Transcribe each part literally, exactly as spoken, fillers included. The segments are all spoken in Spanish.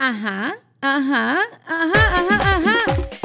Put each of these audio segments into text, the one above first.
Ajá, ajá, ajá, ajá, ajá.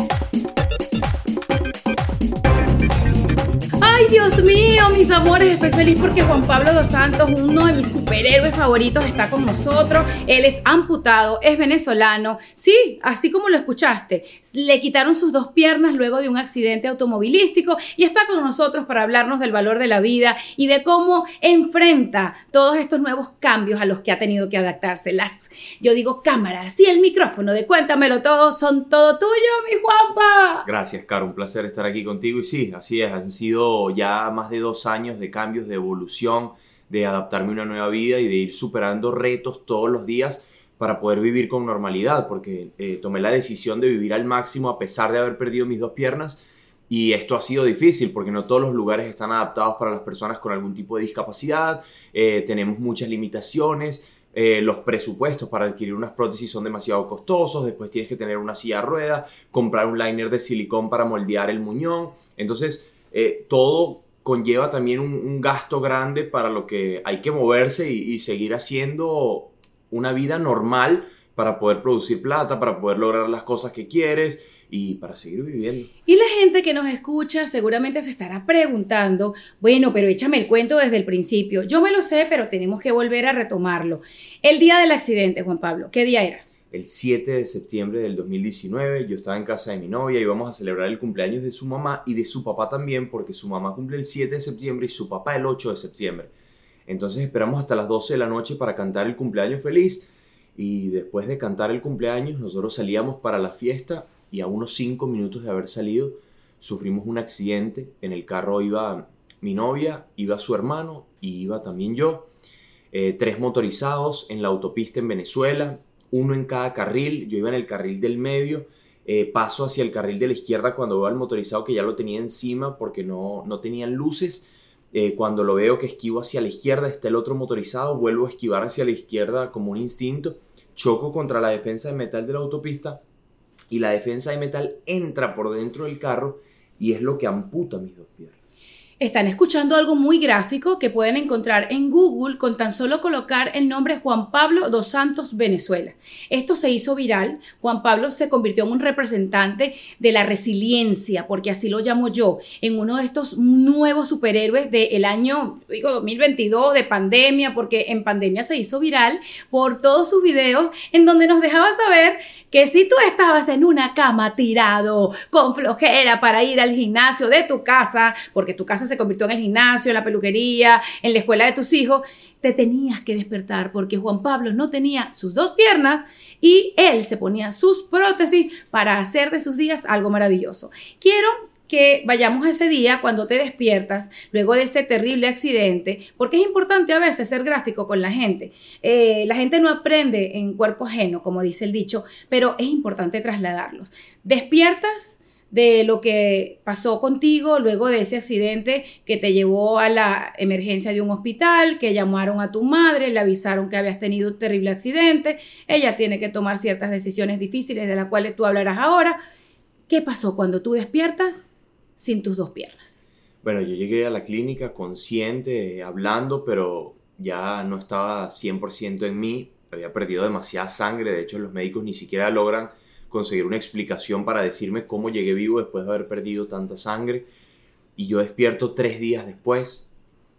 ¡Ay, Dios mío, mis amores! Estoy feliz porque Juan Pablo dos Santos, uno de mis superhéroes favoritos, está con nosotros. Él es amputado, es venezolano. Sí, así como lo escuchaste. Le quitaron sus dos piernas luego de un accidente automovilístico y está con nosotros para hablarnos del valor de la vida y de cómo enfrenta todos estos nuevos cambios a los que ha tenido que adaptarse. Las, yo digo, cámaras y el micrófono de Cuéntamelo Todo son todo tuyo, mi Juanpa. Gracias, Caro. Un placer estar aquí contigo. Y sí, así es. Han sido ya más de dos años de cambios, de evolución, de adaptarme a una nueva vida y de ir superando retos todos los días para poder vivir con normalidad, porque eh, tomé la decisión de vivir al máximo a pesar de haber perdido mis dos piernas, y esto ha sido difícil porque no todos los lugares están adaptados para las personas con algún tipo de discapacidad, eh, tenemos muchas limitaciones, eh, los presupuestos para adquirir unas prótesis son demasiado costosos, después tienes que tener una silla de ruedas, comprar un liner de silicón para moldear el muñón, entonces eh, todo conlleva también un, un gasto grande para lo que hay que moverse y, y seguir haciendo una vida normal para poder producir plata, para poder lograr las cosas que quieres y para seguir viviendo. Y la gente que nos escucha seguramente se estará preguntando, bueno, pero échame el cuento desde el principio. Yo me lo sé, pero tenemos que volver a retomarlo. El día del accidente, Juan Pablo, ¿qué día era? El siete de septiembre del dos mil diecinueve, yo estaba en casa de mi novia y íbamos a celebrar el cumpleaños de su mamá y de su papá también, porque su mamá cumple el siete de septiembre y su papá el ocho de septiembre. Entonces esperamos hasta las doce de la noche para cantar el cumpleaños feliz, y después de cantar el cumpleaños nosotros salíamos para la fiesta y a unos cinco minutos de haber salido sufrimos un accidente. En el carro iba mi novia, iba su hermano y iba también yo, eh, tres motorizados en la autopista en Venezuela, uno en cada carril. Yo iba en el carril del medio, eh, paso hacia el carril de la izquierda cuando veo al motorizado que ya lo tenía encima porque no, no tenían luces. Eh, cuando lo veo que esquivo hacia la izquierda, está el otro motorizado, vuelvo a esquivar hacia la izquierda como un instinto, choco contra la defensa de metal de la autopista y la defensa de metal entra por dentro del carro y es lo que amputa mis dos piernas. Están escuchando algo muy gráfico que pueden encontrar en Google con tan solo colocar el nombre Juan Pablo dos Santos Venezuela. Esto se hizo viral. Juan Pablo se convirtió en un representante de la resiliencia, porque así lo llamo yo, en uno de estos nuevos superhéroes del año, digo, dos mil veintidós, de pandemia, porque en pandemia se hizo viral por todos sus videos en donde nos dejaba saber que si tú estabas en una cama tirado, con flojera para ir al gimnasio de tu casa, porque tu casa se convirtió en el gimnasio, en la peluquería, en la escuela de tus hijos, te tenías que despertar porque Juan Pablo no tenía sus dos piernas y él se ponía sus prótesis para hacer de sus días algo maravilloso. Quiero que vayamos a ese día cuando te despiertas luego de ese terrible accidente, porque es importante a veces ser gráfico con la gente. Eh, la gente no aprende en cuerpo ajeno, como dice el dicho, pero es importante trasladarlos. Despiertas de lo que pasó contigo luego de ese accidente que te llevó a la emergencia de un hospital, que llamaron a tu madre, le avisaron que habías tenido un terrible accidente, ella tiene que tomar ciertas decisiones difíciles de las cuales tú hablarás ahora. ¿Qué pasó cuando tú despiertas sin tus dos piernas? Bueno, yo llegué a la clínica consciente, hablando, pero ya no estaba cien por ciento en mí, había perdido demasiada sangre, de hecho los médicos ni siquiera logran conseguir una explicación para decirme cómo llegué vivo después de haber perdido tanta sangre, y yo despierto tres días después.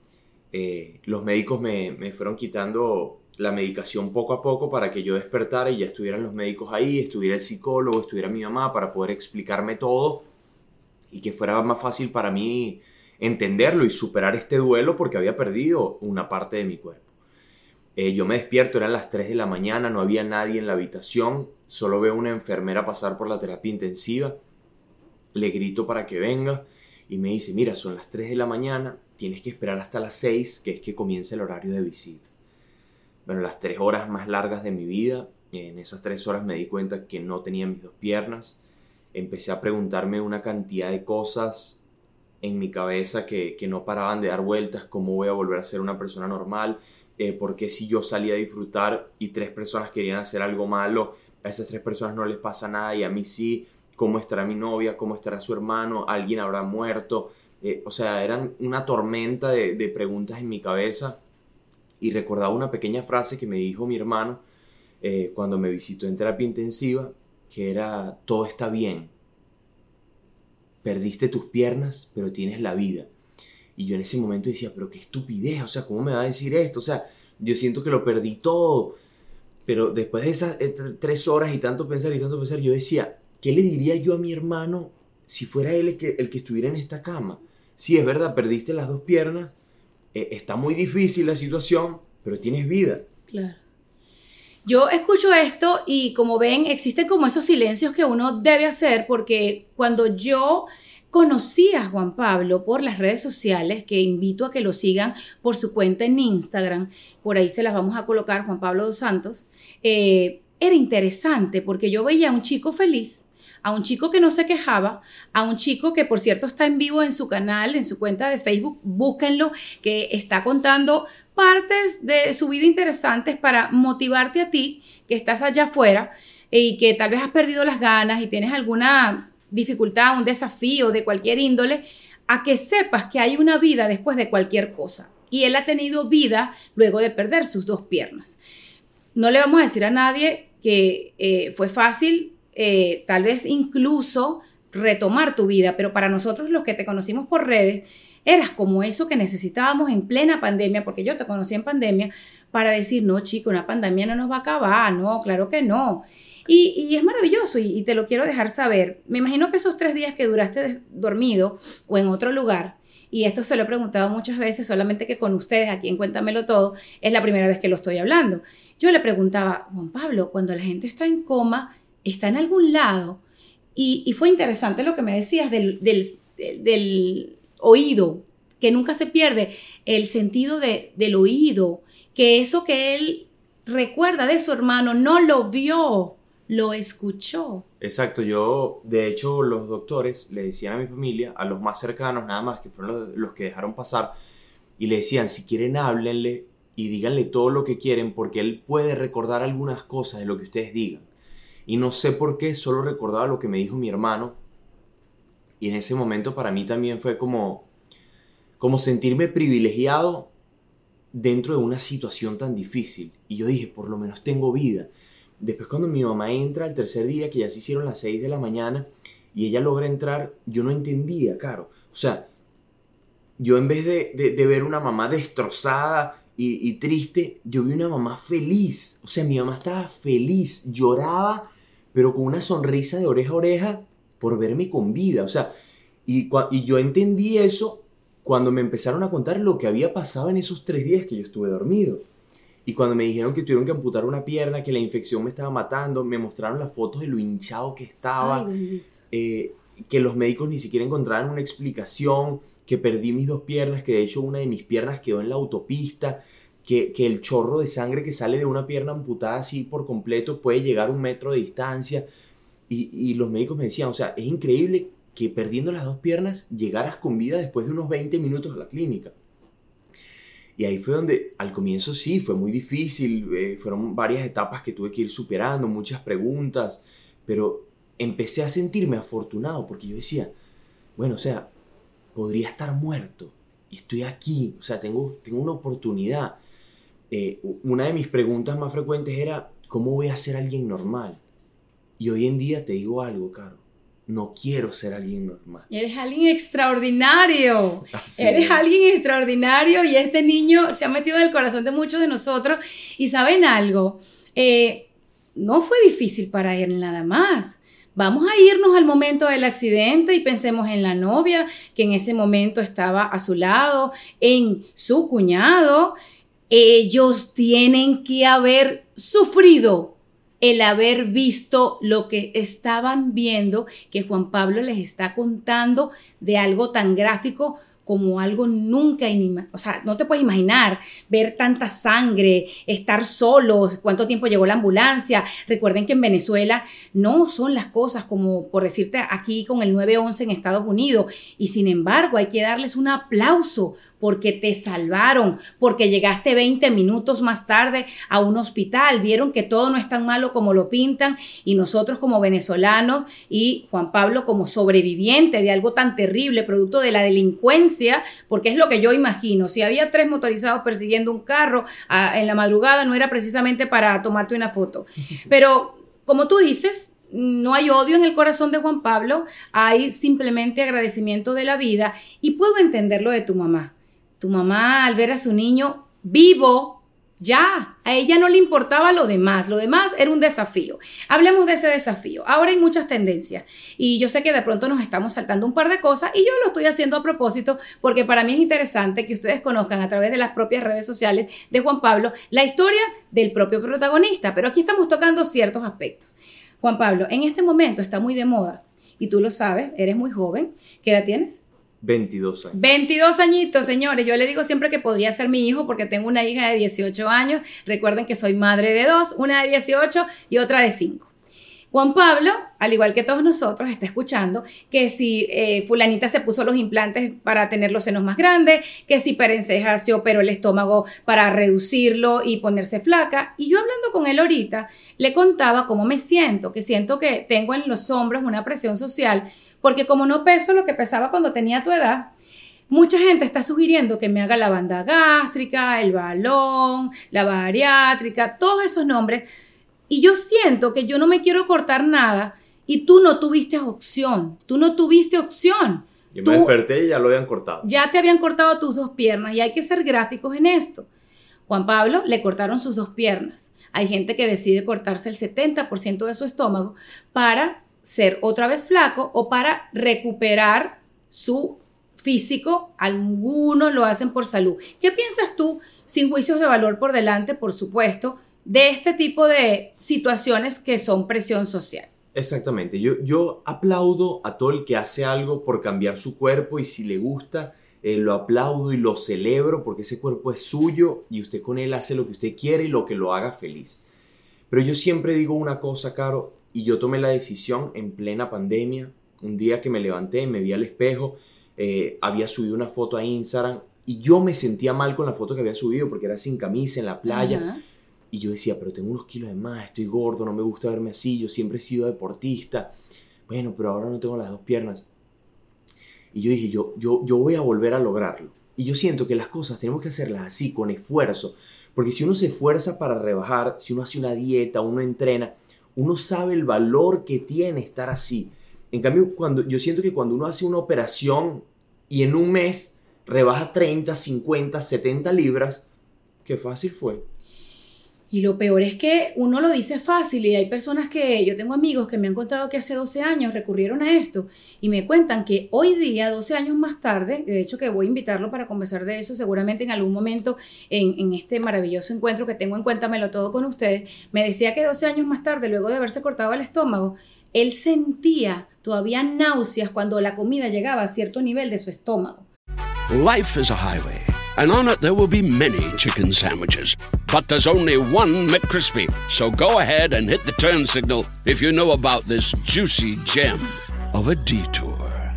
Eh, los médicos me, me fueron quitando la medicación poco a poco para que yo despertara y ya estuvieran los médicos ahí, estuviera el psicólogo, estuviera mi mamá para poder explicarme todo y que fuera más fácil para mí entenderlo y superar este duelo porque había perdido una parte de mi cuerpo. Eh, yo me despierto, eran las tres de la mañana, no había nadie en la habitación, solo veo una enfermera pasar por la terapia intensiva, le grito para que venga y me dice, mira, son las tres de la mañana, tienes que esperar hasta las seis, que es que comienza el horario de visita. Bueno, las tres horas más largas de mi vida, en esas tres horas me di cuenta que no tenía mis dos piernas, empecé a preguntarme una cantidad de cosas en mi cabeza que, que no paraban de dar vueltas, cómo voy a volver a ser una persona normal, eh, por qué si yo salía a disfrutar y tres personas querían hacer algo malo, a esas tres personas no les pasa nada y a mí sí, cómo estará mi novia, cómo estará su hermano, alguien habrá muerto, eh, o sea, eran una tormenta de, de preguntas en mi cabeza. Y recordaba una pequeña frase que me dijo mi hermano, eh, cuando me visitó en terapia intensiva, que era: todo está bien, perdiste tus piernas, pero tienes la vida. Y yo en ese momento decía, pero qué estupidez, o sea, ¿cómo me va a decir esto? O sea, yo siento que lo perdí todo. Pero después de esas eh, tres horas y tanto pensar y tanto pensar, yo decía, ¿qué le diría yo a mi hermano si fuera él el que, el que estuviera en esta cama? Sí, es verdad, perdiste las dos piernas, eh, está muy difícil la situación, pero tienes vida. Claro. Yo escucho esto y, como ven, existen como esos silencios que uno debe hacer, porque cuando yo conocí a Juan Pablo por las redes sociales, que invito a que lo sigan por su cuenta en Instagram, por ahí se las vamos a colocar, Juan Pablo dos Santos, eh, era interesante porque yo veía a un chico feliz, a un chico que no se quejaba, a un chico que, por cierto, está en vivo en su canal, en su cuenta de Facebook, búsquenlo, que está contando partes de su vida interesantes para motivarte a ti, que estás allá afuera y que tal vez has perdido las ganas y tienes alguna dificultad, un desafío de cualquier índole, a que sepas que hay una vida después de cualquier cosa. Y él ha tenido vida luego de perder sus dos piernas. No le vamos a decir a nadie que eh, fue fácil, eh, tal vez incluso retomar tu vida, pero para nosotros, los que te conocimos por redes, eras como eso que necesitábamos en plena pandemia, porque yo te conocí en pandemia, para decir, no, chico, una pandemia no nos va a acabar, no, claro que no. Y, y es maravilloso y, y te lo quiero dejar saber. Me imagino que esos tres días que duraste de, dormido o en otro lugar, y esto se lo he preguntado muchas veces, solamente que con ustedes aquí en Cuéntamelo Todo, es la primera vez que lo estoy hablando. Yo le preguntaba, Juan Pablo, cuando la gente está en coma, ¿está en algún lado? Y, y fue interesante lo que me decías del, del, del, del oído, que nunca se pierde, el sentido de, del oído, que eso que él recuerda de su hermano no lo vio, lo escuchó. Exacto, yo, de hecho, los doctores le decían a mi familia, a los más cercanos nada más, que fueron los, los que dejaron pasar, y le decían, si quieren háblenle y díganle todo lo que quieren, porque él puede recordar algunas cosas de lo que ustedes digan. Y no sé por qué, solo recordaba lo que me dijo mi hermano, y en ese momento para mí también fue como, como sentirme privilegiado dentro de una situación tan difícil. Y yo dije, por lo menos tengo vida. Después, cuando mi mamá entra el tercer día, que ya se hicieron las seis de la mañana, y ella logra entrar, yo no entendía, Caro. O sea, yo en vez de, de, de ver una mamá destrozada y, y triste, yo vi una mamá feliz. O sea, mi mamá estaba feliz, lloraba, pero con una sonrisa de oreja a oreja por verme con vida. O sea, y, y yo entendí eso cuando me empezaron a contar lo que había pasado en esos tres días que yo estuve dormido. Y cuando me dijeron que tuvieron que amputar una pierna, que la infección me estaba matando, me mostraron las fotos de lo hinchado que estaba, eh, que los médicos ni siquiera encontraron una explicación, que perdí mis dos piernas, que de hecho una de mis piernas quedó en la autopista, que, que el chorro de sangre que sale de una pierna amputada así por completo puede llegar a un metro de distancia. Y, y los médicos me decían, o sea, es increíble que perdiendo las dos piernas llegaras con vida después de unos veinte minutos a la clínica. Y ahí fue donde, al comienzo sí, fue muy difícil, eh, fueron varias etapas que tuve que ir superando, muchas preguntas, pero empecé a sentirme afortunado porque yo decía, bueno, o sea, podría estar muerto y estoy aquí, o sea, tengo, tengo una oportunidad. Eh, una de mis preguntas más frecuentes era, ¿cómo voy a ser alguien normal? Y hoy en día te digo algo, Caro. No quiero ser alguien normal. Eres alguien extraordinario. Así Eres es. alguien extraordinario y este niño se ha metido en el corazón de muchos de nosotros. Y ¿saben algo? Eh, no fue difícil para él nada más. Vamos a irnos al momento del accidente y pensemos en la novia que en ese momento estaba a su lado, en su cuñado. Ellos tienen que haber sufrido el haber visto lo que estaban viendo, que Juan Pablo les está contando de algo tan gráfico como algo nunca inimaginable. O sea, no te puedes imaginar ver tanta sangre, estar solos, cuánto tiempo llegó la ambulancia. Recuerden que en Venezuela no son las cosas como, por decirte, aquí con el nueve once en Estados Unidos. Y sin embargo, hay que darles un aplauso porque te salvaron, porque llegaste veinte minutos más tarde a un hospital, vieron que todo no es tan malo como lo pintan, y nosotros como venezolanos y Juan Pablo como sobreviviente de algo tan terrible, producto de la delincuencia, porque es lo que yo imagino, si había tres motorizados persiguiendo un carro a, en la madrugada, no era precisamente para tomarte una foto, pero como tú dices, no hay odio en el corazón de Juan Pablo, hay simplemente agradecimiento de la vida, y puedo entender lo de tu mamá. Tu mamá, al ver a su niño vivo, ya, a ella no le importaba lo demás, lo demás era un desafío. Hablemos de ese desafío. Ahora hay muchas tendencias y yo sé que de pronto nos estamos saltando un par de cosas, y yo lo estoy haciendo a propósito porque para mí es interesante que ustedes conozcan a través de las propias redes sociales de Juan Pablo la historia del propio protagonista, pero aquí estamos tocando ciertos aspectos. Juan Pablo, en este momento está muy de moda, y tú lo sabes, eres muy joven. ¿Qué edad tienes? veintidós años. veintidós añitos, señores. Yo le digo siempre que podría ser mi hijo porque tengo una hija de dieciocho años. Recuerden que soy madre de dos, una de dieciocho y otra de cinco. Juan Pablo, al igual que todos nosotros, está escuchando que si eh, fulanita se puso los implantes para tener los senos más grandes, que si Perenceja se operó el estómago para reducirlo y ponerse flaca. Y yo hablando con él ahorita, le contaba cómo me siento, que siento que tengo en los hombros una presión social, porque como no peso lo que pesaba cuando tenía tu edad, mucha gente está sugiriendo que me haga la banda gástrica, el balón, la bariátrica, todos esos nombres. Y yo siento que yo no me quiero cortar nada, y tú no tuviste opción, tú no tuviste opción. Yo tú, me desperté y ya lo habían cortado. Ya te habían cortado tus dos piernas, y hay que ser gráficos en esto. Juan Pablo le cortaron sus dos piernas. Hay gente que decide cortarse el setenta por ciento de su estómago para ser otra vez flaco o para recuperar su físico. Algunos lo hacen por salud. ¿Qué piensas tú, sin juicios de valor por delante, por supuesto, de este tipo de situaciones que son presión social? Exactamente. Yo, yo aplaudo a todo el que hace algo por cambiar su cuerpo, y si le gusta, eh, lo aplaudo y lo celebro porque ese cuerpo es suyo y usted con él hace lo que usted quiere y lo que lo haga feliz. Pero yo siempre digo una cosa, Caro, y yo tomé la decisión en plena pandemia. Un día que me levanté, me vi al espejo, eh, había subido una foto a Instagram y yo me sentía mal con la foto que había subido porque era sin camisa en la playa. Uh-huh. Y yo decía, pero tengo unos kilos de más, estoy gordo, no me gusta verme así, yo siempre he sido deportista. Bueno, pero ahora no tengo las dos piernas. Y yo dije, yo, yo, yo voy a volver a lograrlo. Y yo siento que las cosas tenemos que hacerlas así, con esfuerzo. Porque si uno se esfuerza para rebajar, si uno hace una dieta, uno entrena, uno sabe el valor que tiene estar así. En cambio, cuando, yo siento que cuando uno hace una operación y en un mes rebaja treinta, cincuenta, setenta libras, qué fácil fue. Y lo peor es que uno lo dice fácil, y hay personas que, yo tengo amigos que me han contado que hace doce años recurrieron a esto, y me cuentan que hoy día, doce años más tarde, de hecho que voy a invitarlo para conversar de eso seguramente en algún momento en, en este maravilloso encuentro que tengo en Cuéntamelo Todo con ustedes, me decía que doce años más tarde, luego de haberse cortado el estómago, él sentía todavía náuseas cuando la comida llegaba a cierto nivel de su estómago. Life is a highway, and on it there will be many chicken sandwiches. But there's only one McCrispy. So go ahead and hit the turn signal if you know about this juicy gem of a detour.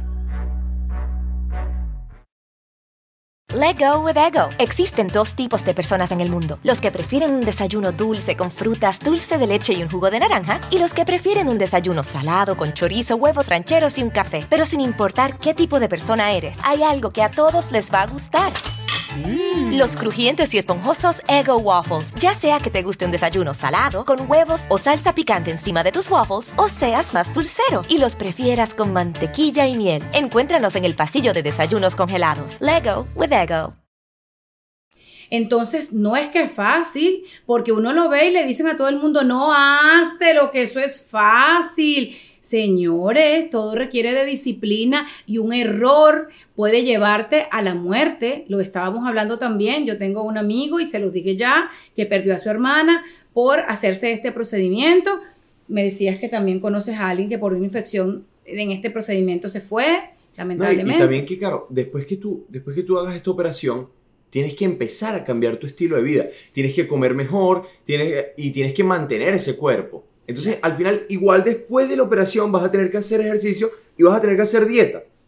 Let go with Eggo. Existen dos tipos de personas en el mundo. Los que prefieren un desayuno dulce con frutas, dulce de leche y un jugo de naranja. Y los que prefieren un desayuno salado con chorizo, huevos rancheros y un café. Pero sin importar qué tipo de persona eres, hay algo que a todos les va a gustar. Mm. Los crujientes y esponjosos Eggo Waffles. Ya sea que te guste un desayuno salado, con huevos o salsa picante encima de tus waffles, o seas más dulcero y los prefieras con mantequilla y miel. Encuéntranos en el pasillo de desayunos congelados. Lego with Eggo. Entonces, no es que es fácil, porque uno lo ve y le dicen a todo el mundo, no, hazte lo que eso es fácil. Señores, todo requiere de disciplina, y un error puede llevarte a la muerte. Lo estábamos hablando también. Yo tengo un amigo, y se los dije ya, que perdió a su hermana por hacerse este procedimiento. Me decías que también conoces a alguien que por una infección en este procedimiento se fue, lamentablemente. No, y, y también que, claro, después que tú, después que tú hagas esta operación, tienes que empezar a cambiar tu estilo de vida. Tienes que comer mejor, tienes, y tienes que mantener ese cuerpo. Entonces, al final, igual después de la operación vas a tener que hacer ejercicio y vas a tener que hacer dieta.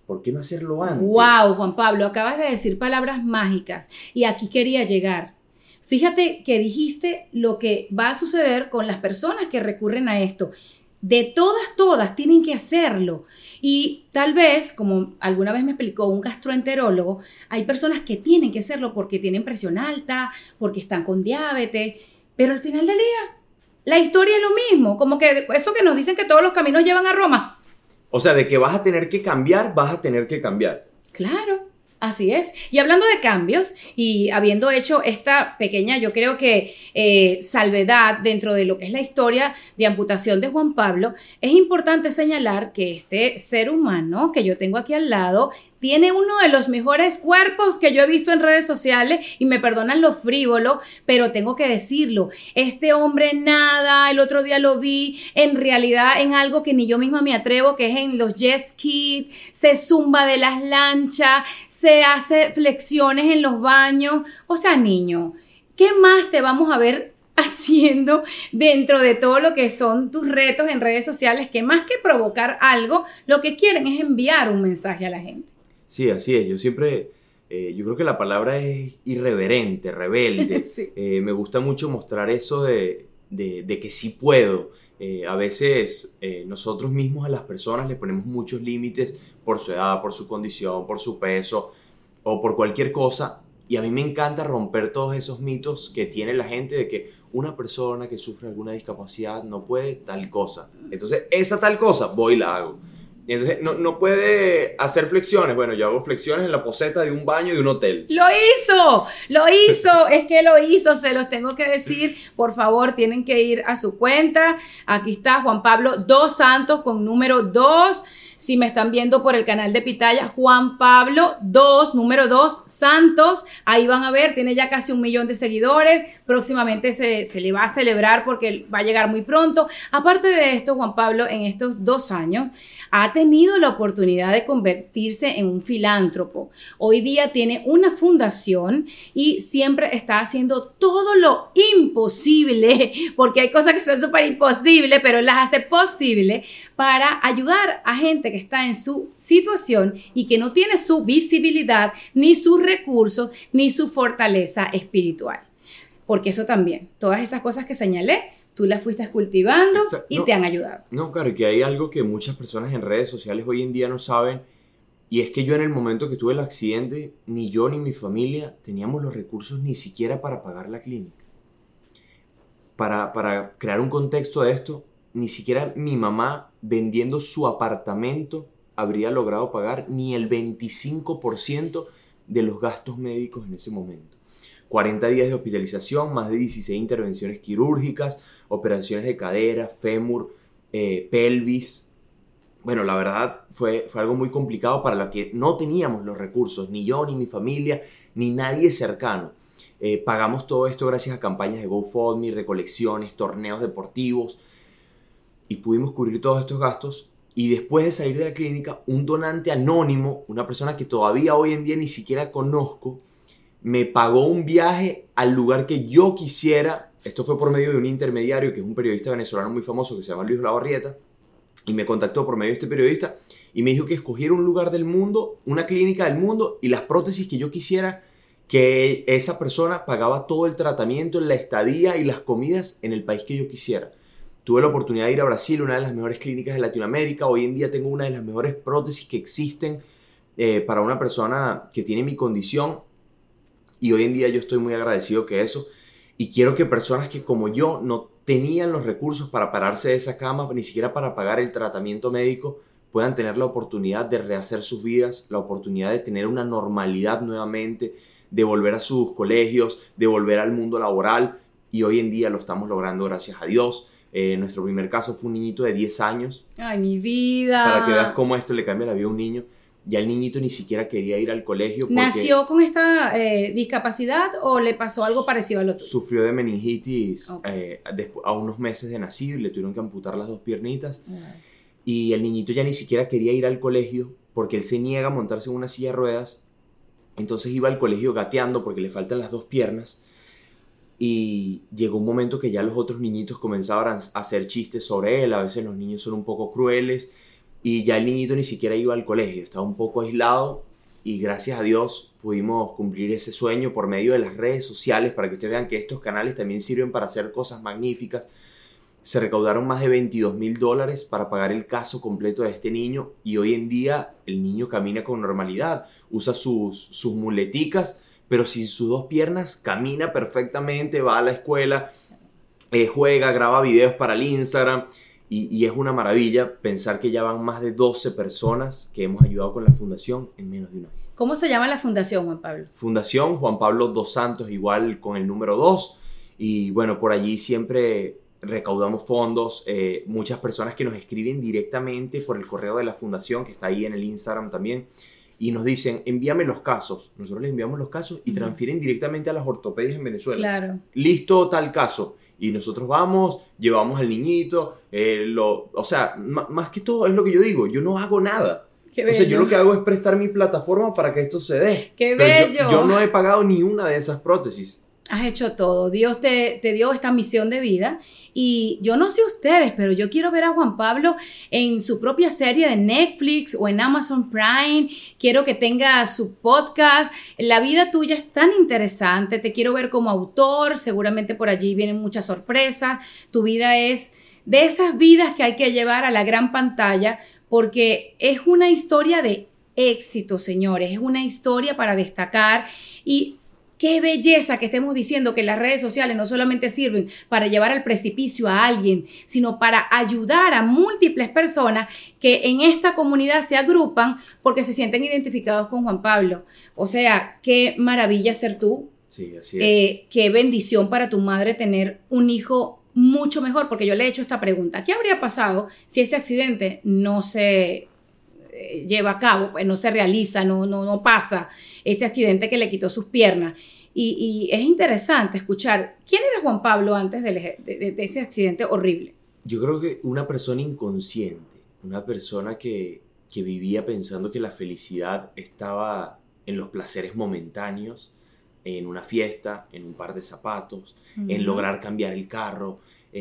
¿Por qué no hacerlo antes? Wow, Juan Pablo, acabas de decir palabras mágicas y aquí quería llegar. Fíjate que dijiste lo que va a suceder con las personas que recurren a esto. De todas, todas tienen que hacerlo. Y tal vez, como alguna vez me explicó un gastroenterólogo, hay personas que tienen que hacerlo porque tienen presión alta, porque están con diabetes, pero al final del día, la historia es lo mismo. Como que eso que nos dicen que todos los caminos llevan a Roma. O sea, de que vas a tener que cambiar, vas a tener que cambiar. Claro, así es. Y hablando de cambios y habiendo hecho esta pequeña, yo creo que eh, salvedad dentro de lo que es la historia de amputación de Juan Pablo, es importante señalar que este ser humano que yo tengo aquí al lado tiene uno de los mejores cuerpos que yo he visto en redes sociales y me perdonan lo frívolo, pero tengo que decirlo. Este hombre nada, el otro día lo vi en realidad en algo que ni yo misma me atrevo, que es en los jet skis, se zumba de las lanchas, se hace flexiones en los baños. O sea, niño, ¿qué más te vamos a ver haciendo dentro de todo lo que son tus retos en redes sociales? Que más que provocar algo, lo que quieren es enviar un mensaje a la gente. Sí, así es. Yo siempre, eh, yo creo que la palabra es irreverente, rebelde. Sí. Eh, me gusta mucho mostrar eso de, de, de que sí puedo. Eh, a veces eh, nosotros mismos a las personas les ponemos muchos límites por su edad, por su condición, por su peso o por cualquier cosa. Y a mí me encanta romper todos esos mitos que tiene la gente de que una persona que sufre alguna discapacidad no puede tal cosa. Entonces, esa tal cosa, voy y la hago. Y entonces, no, no puede hacer flexiones. Bueno, yo hago flexiones en la poseta de un baño de un hotel. ¡Lo hizo! ¡Lo hizo! Es que lo hizo, se los tengo que decir. Por favor, tienen que ir a su cuenta. Aquí está Juan Pablo dos Santos con número dos. Si me están viendo por el canal de Pitaya, Juan Pablo dos, número dos, Santos. Ahí van a ver, tiene ya casi un millón de seguidores. Próximamente se, se le va a celebrar porque va a llegar muy pronto. Aparte de esto, Juan Pablo en estos dos años ha tenido la oportunidad de convertirse en un filántropo. Hoy día tiene una fundación y siempre está haciendo todo lo imposible, porque hay cosas que son súper imposibles, pero él las hace posible para ayudar a gente que está en su situación y que no tiene su visibilidad, ni sus recursos, ni su fortaleza espiritual. Porque eso también, todas esas cosas que señalé, tú las fuiste cultivando. Exacto. Y no, te han ayudado. No, claro, y que hay algo que muchas personas en redes sociales hoy en día no saben, y es que yo en el momento que tuve el accidente, ni yo ni mi familia teníamos los recursos ni siquiera para pagar la clínica. Para, para crear un contexto de esto, ni siquiera mi mamá vendiendo su apartamento habría logrado pagar ni el veinticinco por ciento de los gastos médicos en ese momento. cuarenta días de hospitalización, más de dieciséis intervenciones quirúrgicas, operaciones de cadera, fémur, eh, pelvis. Bueno, la verdad fue, fue algo muy complicado para lo que no teníamos los recursos, ni yo, ni mi familia, ni nadie cercano. Eh, pagamos todo esto gracias a campañas de GoFundMe, recolecciones, torneos deportivos, y pudimos cubrir todos estos gastos. Y después de salir de la clínica, un donante anónimo, una persona que todavía hoy en día ni siquiera conozco, me pagó un viaje al lugar que yo quisiera. Esto fue por medio de un intermediario que es un periodista venezolano muy famoso que se llama Luis Olavarrieta, y me contactó por medio de este periodista y me dijo que escogiera un lugar del mundo, una clínica del mundo, y las prótesis que yo quisiera, que esa persona pagaba todo el tratamiento, la estadía y las comidas en el país que yo quisiera. Tuve la oportunidad de ir a Brasil, una de las mejores clínicas de Latinoamérica. Hoy en día tengo una de las mejores prótesis que existen eh, para una persona que tiene mi condición. Y hoy en día yo estoy muy agradecido que eso. Y quiero que personas que como yo no tenían los recursos para pararse de esa cama, ni siquiera para pagar el tratamiento médico, puedan tener la oportunidad de rehacer sus vidas, la oportunidad de tener una normalidad nuevamente, de volver a sus colegios, de volver al mundo laboral. Y hoy en día lo estamos logrando, gracias a Dios. Eh, nuestro primer caso fue un niñito de diez años. ¡Ay, mi vida! Para que veas cómo esto le cambia la vida a un niño. Ya el niñito ni siquiera quería ir al colegio. Porque ¿nació con esta eh, discapacidad o le pasó algo parecido a lo tuyo? Sufrió de meningitis okay. eh, después, a unos meses de nacido, y le tuvieron que amputar las dos piernitas. Ay. Y el niñito ya ni siquiera quería ir al colegio porque él se niega a montarse en una silla de ruedas. Entonces iba al colegio gateando porque le faltan las dos piernas. Y llegó un momento que ya los otros niñitos comenzaban a hacer chistes sobre él. A veces los niños son un poco crueles. y ya el niñito ni siquiera iba al colegio, estaba un poco aislado y gracias a Dios pudimos cumplir ese sueño por medio de las redes sociales para que ustedes vean que estos canales también sirven para hacer cosas magníficas. Se recaudaron más de veintidós mil dólares para pagar el caso completo de este niño y hoy en día el niño camina con normalidad, usa sus, sus muleticas, pero sin sus dos piernas camina perfectamente, va a la escuela, eh, juega, graba videos para el Instagram y, y es una maravilla pensar que ya van más de doce personas que hemos ayudado con la fundación en menos de un año. ¿Cómo se llama la fundación, Juan Pablo? Fundación Juan Pablo dos Santos, igual con el número dos, y bueno, por allí siempre recaudamos fondos, eh, muchas personas que nos escriben directamente por el correo de la fundación, que está ahí en el Instagram también, y nos dicen, envíame los casos. Nosotros les enviamos los casos y uh-huh. transfieren directamente a las ortopedias en Venezuela. Claro. Listo, tal caso. Y nosotros vamos, llevamos al niñito, eh, lo, o sea, m- más que todo es lo que yo digo, yo no hago nada. Qué bello. O sea, yo lo que hago es prestar mi plataforma para que esto se dé. ¡Qué Pero bello! Yo, yo no he pagado ni una de esas prótesis. Has hecho todo. Dios te, te dio esta misión de vida. Y yo no sé ustedes, pero yo quiero ver a Juan Pablo en su propia serie de Netflix o en Amazon Prime. Quiero que tenga su podcast. La vida tuya es tan interesante. Te quiero ver como autor. Seguramente por allí vienen muchas sorpresas. Tu vida es de esas vidas que hay que llevar a la gran pantalla porque es una historia de éxito, señores. Es una historia para destacar y qué belleza que estemos diciendo que las redes sociales no solamente sirven para llevar al precipicio a alguien, sino para ayudar a múltiples personas que en esta comunidad se agrupan porque se sienten identificados con Juan Pablo. O sea, qué maravilla ser tú. Sí, así es. Eh, qué bendición para tu madre tener un hijo mucho mejor, porque yo le he hecho esta pregunta. ¿Qué habría pasado si ese accidente no se lleva a cabo, pues no se realiza, no, no, no pasa ese accidente que le quitó sus piernas? Y, y es interesante escuchar, ¿quién era Juan Pablo antes de, de, de ese accidente horrible? Yo creo que una persona inconsciente, una persona que, que vivía pensando que la felicidad estaba en los placeres momentáneos, en una fiesta, en un par de zapatos, uh-huh. en lograr cambiar el carro,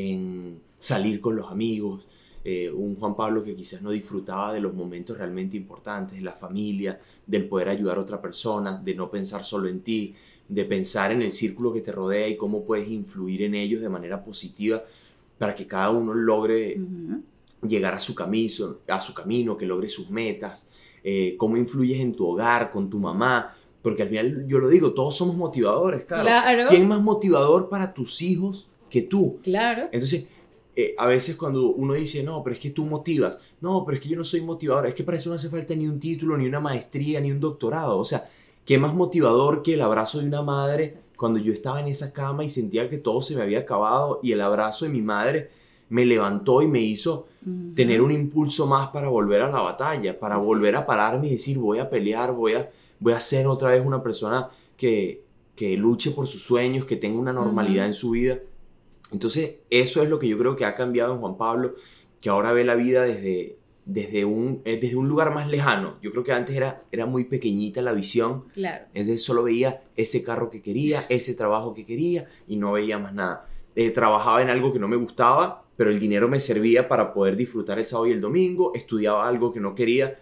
en salir con los amigos. Eh, un Juan Pablo que quizás no disfrutaba de los momentos realmente importantes, de la familia, del poder ayudar a otra persona, de no pensar solo en ti, de pensar en el círculo que te rodea y cómo puedes influir en ellos de manera positiva para que cada uno logre uh-huh. llegar a su, camino, a su camino, que logre sus metas, eh, cómo influyes en tu hogar, con tu mamá, porque al final yo lo digo, todos somos motivadores, claro. Claro. ¿Quién más motivador para tus hijos que tú? Claro. Entonces, Eh, a veces cuando uno dice, no, pero es que tú motivas, no, pero es que yo no soy motivador, es que para eso no hace falta ni un título, ni una maestría, ni un doctorado. O sea, ¿qué más motivador que el abrazo de una madre cuando yo estaba en esa cama y sentía que todo se me había acabado y el abrazo de mi madre me levantó y me hizo uh-huh. tener un impulso más para volver a la batalla, para sí. volver a pararme y decir, voy a pelear, voy a, voy a ser otra vez una persona que, que luche por sus sueños, que tenga una normalidad uh-huh. en su vida. Entonces, eso es lo que yo creo que ha cambiado en Juan Pablo, que ahora ve la vida desde, desde, un, desde un lugar más lejano. Yo creo que antes era, era muy pequeñita la visión. Claro. Entonces solo veía ese carro que quería, ese trabajo que quería y no veía más nada. Eh, trabajaba en algo que no me gustaba, pero el dinero me servía para poder disfrutar el sábado y el domingo. Estudiaba algo que no quería,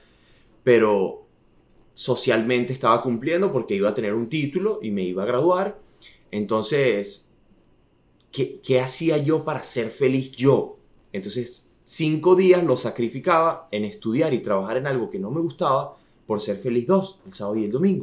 pero socialmente estaba cumpliendo porque iba a tener un título y me iba a graduar. Entonces, ¿Qué, ¿qué hacía yo para ser feliz yo? Entonces, cinco días los sacrificaba en estudiar y trabajar en algo que no me gustaba por ser feliz dos, el sábado y el domingo.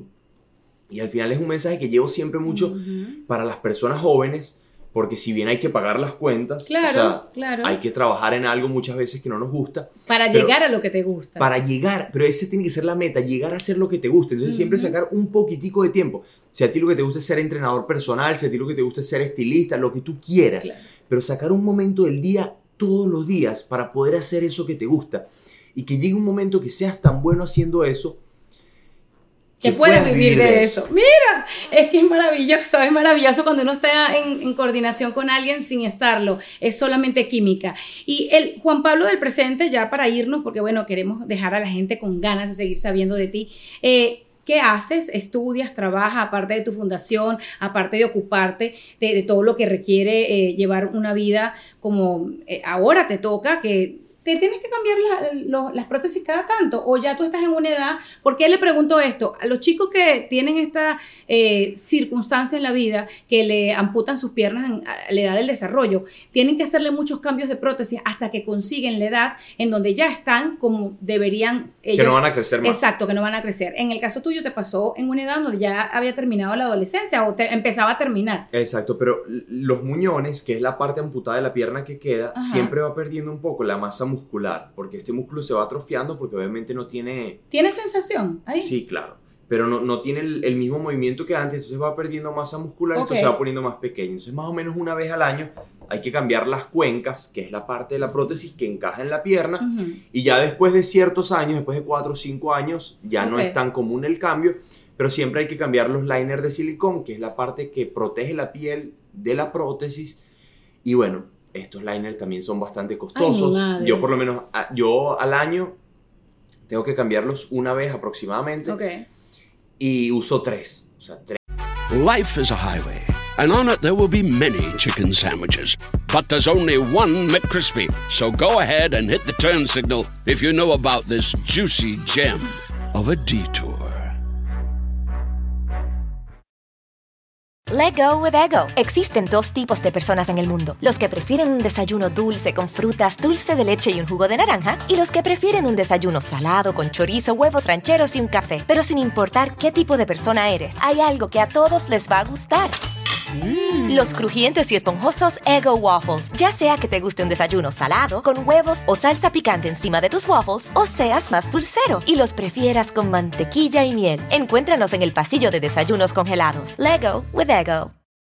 Y al final es un mensaje que llevo siempre mucho uh-huh. para las personas jóvenes, porque si bien hay que pagar las cuentas, claro, o sea, claro. hay que trabajar en algo muchas veces que no nos gusta. Para llegar a lo que te gusta. Para llegar, pero esa tiene que ser la meta, llegar a hacer lo que te gusta. Entonces uh-huh. siempre sacar un poquitico de tiempo. Si a ti lo que te gusta es ser entrenador personal, si a ti lo que te gusta es ser estilista, lo que tú quieras. Claro. Pero sacar un momento del día, todos los días, para poder hacer eso que te gusta. Y que llegue un momento que seas tan bueno haciendo eso, que puedas vivir, vivir de, de eso. eso. Mira, es que es maravilloso, es maravilloso cuando uno está en, en coordinación con alguien sin estarlo, es solamente química. Y el Juan Pablo del presente, ya para irnos, porque bueno, queremos dejar a la gente con ganas de seguir sabiendo de ti, eh, ¿qué haces? ¿Estudias? ¿Trabajas? Aparte de tu fundación, aparte de ocuparte de, de todo lo que requiere eh, llevar una vida como eh, ahora te toca, que ¿te tienes que cambiar la, lo, las prótesis cada tanto? ¿O ya tú estás en una edad? ¿Por qué le pregunto esto? A los chicos que tienen esta eh, circunstancia en la vida, que le amputan sus piernas en, a la edad del desarrollo, tienen que hacerle muchos cambios de prótesis hasta que consiguen la edad en donde ya están como deberían ellos. Que no van a crecer más. Exacto, que no van a crecer. En el caso tuyo te pasó en una edad donde ya había terminado la adolescencia o te, empezaba a terminar. Exacto, pero los muñones, que es la parte amputada de la pierna que queda, Ajá. siempre va perdiendo un poco la masa muscular, porque este músculo se va atrofiando porque obviamente no tiene... ¿Tiene sensación ahí? Sí, claro, pero no, no tiene el, el mismo movimiento que antes, entonces va perdiendo masa muscular, okay. esto se va poniendo más pequeño. Entonces más o menos una vez al año hay que cambiar las cuencas, que es la parte de la prótesis que encaja en la pierna, uh-huh. y ya después de ciertos años, después de cuatro o cinco años, ya okay. no es tan común el cambio, pero siempre hay que cambiar los liners de silicón, que es la parte que protege la piel de la prótesis. Y bueno, estos liners también son bastante costosos. Ay, yo por lo menos, yo al año tengo que cambiarlos una vez aproximadamente. Okay. Y uso tres. O sea, tres. Life is a highway, and on it there will be many chicken sandwiches. But there's only one McCrispy. So go ahead and hit the turn signal if you know about this juicy gem of a detour. Let go with ego. Existen dos tipos de personas en el mundo. Los que prefieren un desayuno dulce con frutas, dulce de leche y un jugo de naranja. Y los que prefieren un desayuno salado con chorizo, huevos rancheros y un café. Pero sin importar qué tipo de persona eres, hay algo que a todos les va a gustar. Mm. Los crujientes y esponjosos Eggo Waffles. Ya sea que te guste un desayuno salado, con huevos o salsa picante encima de tus waffles, o seas más dulcero y los prefieras con mantequilla y miel. Encuéntranos en el pasillo de desayunos congelados. Leggo with Eggo.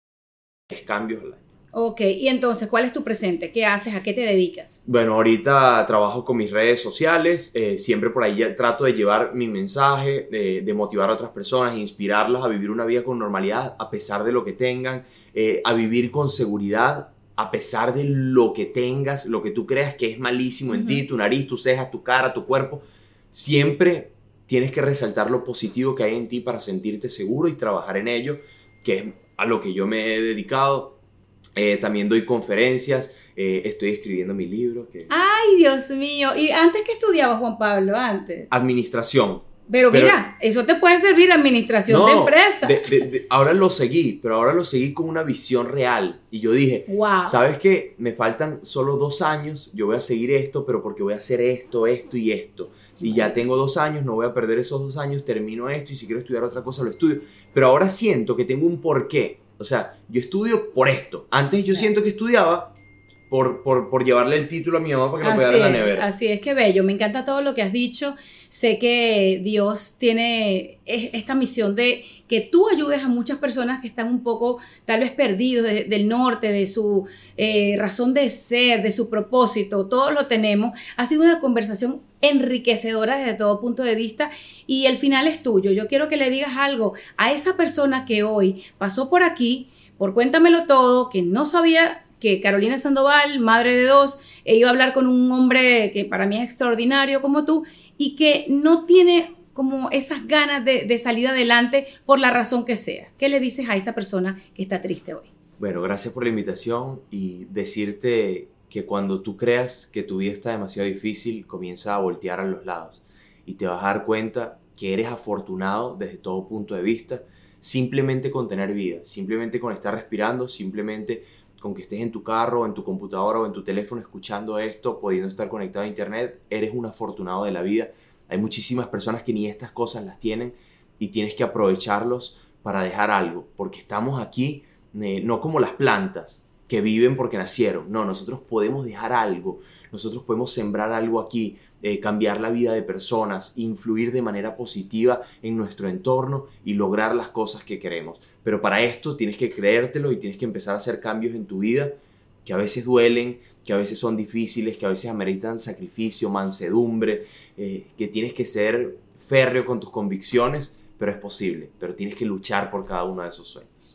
Es cambios. Ok, y entonces, ¿cuál es tu presente? ¿Qué haces? ¿A qué te dedicas? Bueno, ahorita trabajo con mis redes sociales, eh, siempre por ahí trato de llevar mi mensaje, de, de motivar a otras personas, inspirarlas a vivir una vida con normalidad a pesar de lo que tengan, eh, a vivir con seguridad a pesar de lo que tengas, lo que tú creas que es malísimo en uh-huh. ti, tu nariz, tus cejas, tu cara, tu cuerpo. Siempre tienes que resaltar lo positivo que hay en ti para sentirte seguro y trabajar en ello, que es a lo que yo me he dedicado. Eh, también doy conferencias, eh, estoy escribiendo mi libro. Que... ¡Ay, Dios mío! ¿Y antes qué estudiabas, Juan Pablo? Antes. Administración. Pero, pero mira, eso te puede servir, administración no, de empresa. De, de, de, ahora lo seguí, pero ahora lo seguí con una visión real. Y yo dije, wow. ¿sabes qué? Me faltan solo dos años, yo voy a seguir esto, pero porque voy a hacer esto, esto y esto. Y ya tengo dos años, no voy a perder esos dos años, termino esto y si quiero estudiar otra cosa lo estudio. Pero ahora siento que tengo un porqué. O sea, yo estudio por esto. Antes yo siento que estudiaba por, por, por llevarle el título a mi mamá para que lo pegara en la nevera. Así es, que bello. Me encanta todo lo que has dicho. Sé que Dios tiene esta misión de que tú ayudes a muchas personas que están un poco tal vez perdidos de, del norte, de su eh, razón de ser, de su propósito. Todos lo tenemos. Ha sido una conversación enriquecedora desde todo punto de vista y el final es tuyo. Yo quiero que le digas algo a esa persona que hoy pasó por aquí, por Cuéntamelo Todo, que no sabía que Carolina Sandoval, madre de dos, iba a hablar con un hombre que para mí es extraordinario como tú y que no tiene como esas ganas de, de salir adelante por la razón que sea. ¿Qué le dices a esa persona que está triste hoy? Bueno, gracias por la invitación y decirte que cuando tú creas que tu vida está demasiado difícil, comienza a voltear a los lados y te vas a dar cuenta que eres afortunado desde todo punto de vista, simplemente con tener vida, simplemente con estar respirando, simplemente con que estés en tu carro, en tu computadora o en tu teléfono escuchando esto, pudiendo estar conectado a internet, eres un afortunado de la vida. Hay muchísimas personas que ni estas cosas las tienen y tienes que aprovecharlos para dejar algo, porque estamos aquí eh, no como las plantas que viven porque nacieron. No, nosotros podemos dejar algo, nosotros podemos sembrar algo aquí, eh, cambiar la vida de personas, influir de manera positiva en nuestro entorno y lograr las cosas que queremos. Pero para esto tienes que creértelo y tienes que empezar a hacer cambios en tu vida que a veces duelen, que a veces son difíciles, que a veces ameritan sacrificio, mansedumbre, eh, que tienes que ser férreo con tus convicciones, pero es posible, pero tienes que luchar por cada uno de esos sueños.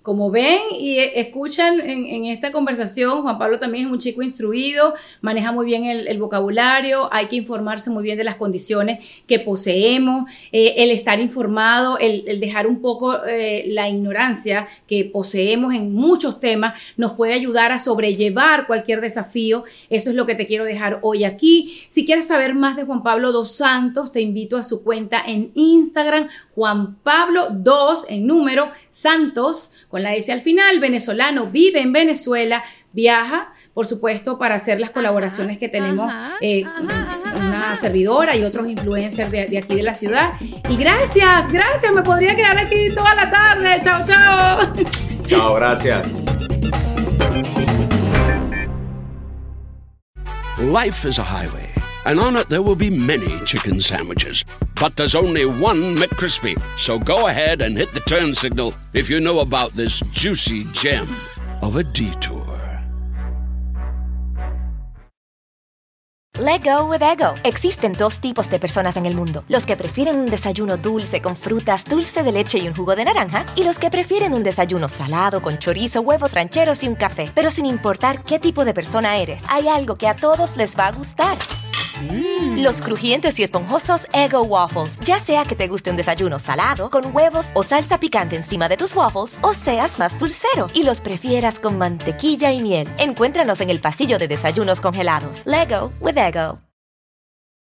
Como ven y escuchan en, en esta conversación, Juan Pablo también es un chico instruido, maneja muy bien el, el vocabulario, hay que informarse muy bien de las condiciones que poseemos, eh, el estar informado, el, el dejar un poco eh, la ignorancia que poseemos en muchos temas, nos puede ayudar a sobrellevar cualquier desafío. Eso es lo que te quiero dejar hoy aquí. Si quieres saber más de Juan Pablo dos Santos, te invito a su cuenta en Instagram, Juan Pablo dos en número, Santos, con la S al final, venezolano, vive en Venezuela, viaja, por supuesto, para hacer las colaboraciones que tenemos ajá, eh, ajá, una ajá. servidora y otros influencers de, de aquí de la ciudad. Y gracias, gracias, me podría quedar aquí toda la tarde. Chao, chao. Chao, gracias. Life is a highway, and on it there will be many chicken sandwiches. But there's only one McCrispy. So go ahead and hit the turn signal if you know about this juicy gem of a detour. Let go with Ego. Existen dos tipos de personas en el mundo. Los que prefieren un desayuno dulce con frutas, dulce de leche y un jugo de naranja. Y los que prefieren un desayuno salado con chorizo, huevos rancheros y un café. Pero sin importar qué tipo de persona eres, hay algo que a todos les va a gustar. Mm. Los crujientes y esponjosos Eggo Waffles. Ya sea que te guste un desayuno salado, con huevos o salsa picante encima de tus waffles, o seas más dulcero y los prefieras con mantequilla y miel. Encuéntranos en el pasillo de desayunos congelados. Let go with Eggo.